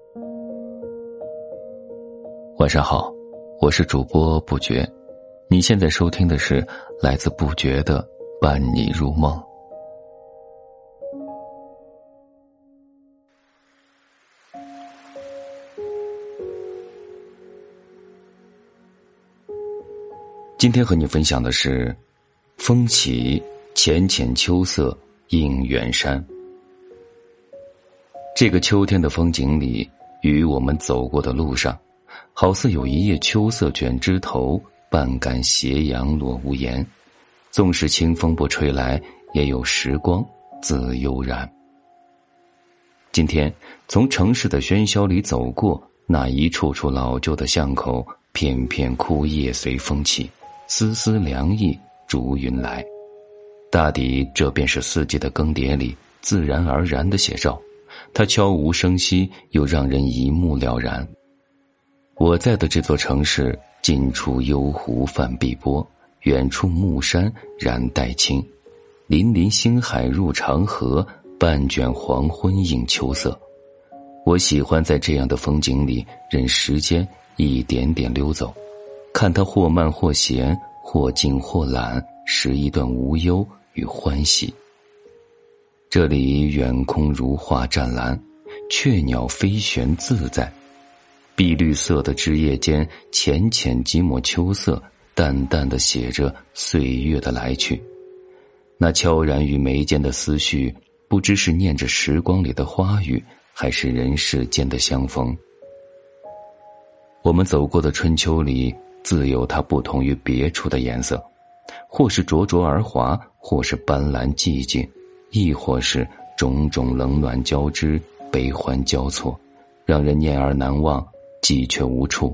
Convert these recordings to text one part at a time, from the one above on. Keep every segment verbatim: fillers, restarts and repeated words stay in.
晚上好，我是主播不觉，你现在收听的是来自不觉的伴你入梦。今天和你分享的是风起浅浅秋色映远山。这个秋天的风景里，与我们走过的路上，好似有一叶秋色卷枝头，半杆斜阳落屋檐。纵使清风不吹来，也有时光自悠然。今天从城市的喧嚣里走过，那一处处老旧的巷口，片片枯叶随风起，丝丝凉意逐云来。大抵这便是四季的更迭里自然而然的写照，它悄无声息，又让人一目了然。我在的这座城市，近处幽湖泛碧波，远处暮山染黛青，粼粼星海入长河，半卷黄昏映秋色。我喜欢在这样的风景里，任时间一点点溜走，看它或慢或闲，或静或懒，是一段无忧与欢喜。这里远空如画湛蓝，雀鸟飞旋自在，碧绿色的枝叶间，浅浅几抹秋色，淡淡地写着岁月的来去。那悄然于眉间的思绪，不知是念着时光里的花语，还是人世间的相逢。我们走过的春秋里，自有它不同于别处的颜色，或是灼灼而华，或是斑斓寂静，亦或是种种冷暖交织，悲欢交错，让人念而难忘，记却无处。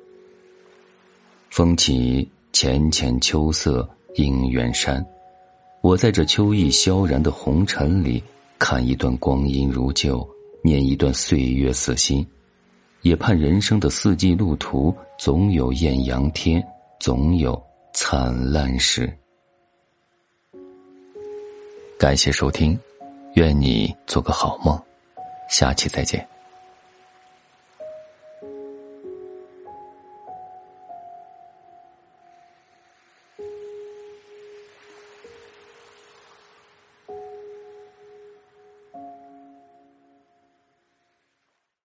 风起浅浅秋色映远山，我在这秋意萧然的红尘里，看一段光阴如旧，念一段岁月似新，也盼人生的四季路途，总有艳阳天，总有灿烂时。感谢收听，愿你做个好梦，下期再见。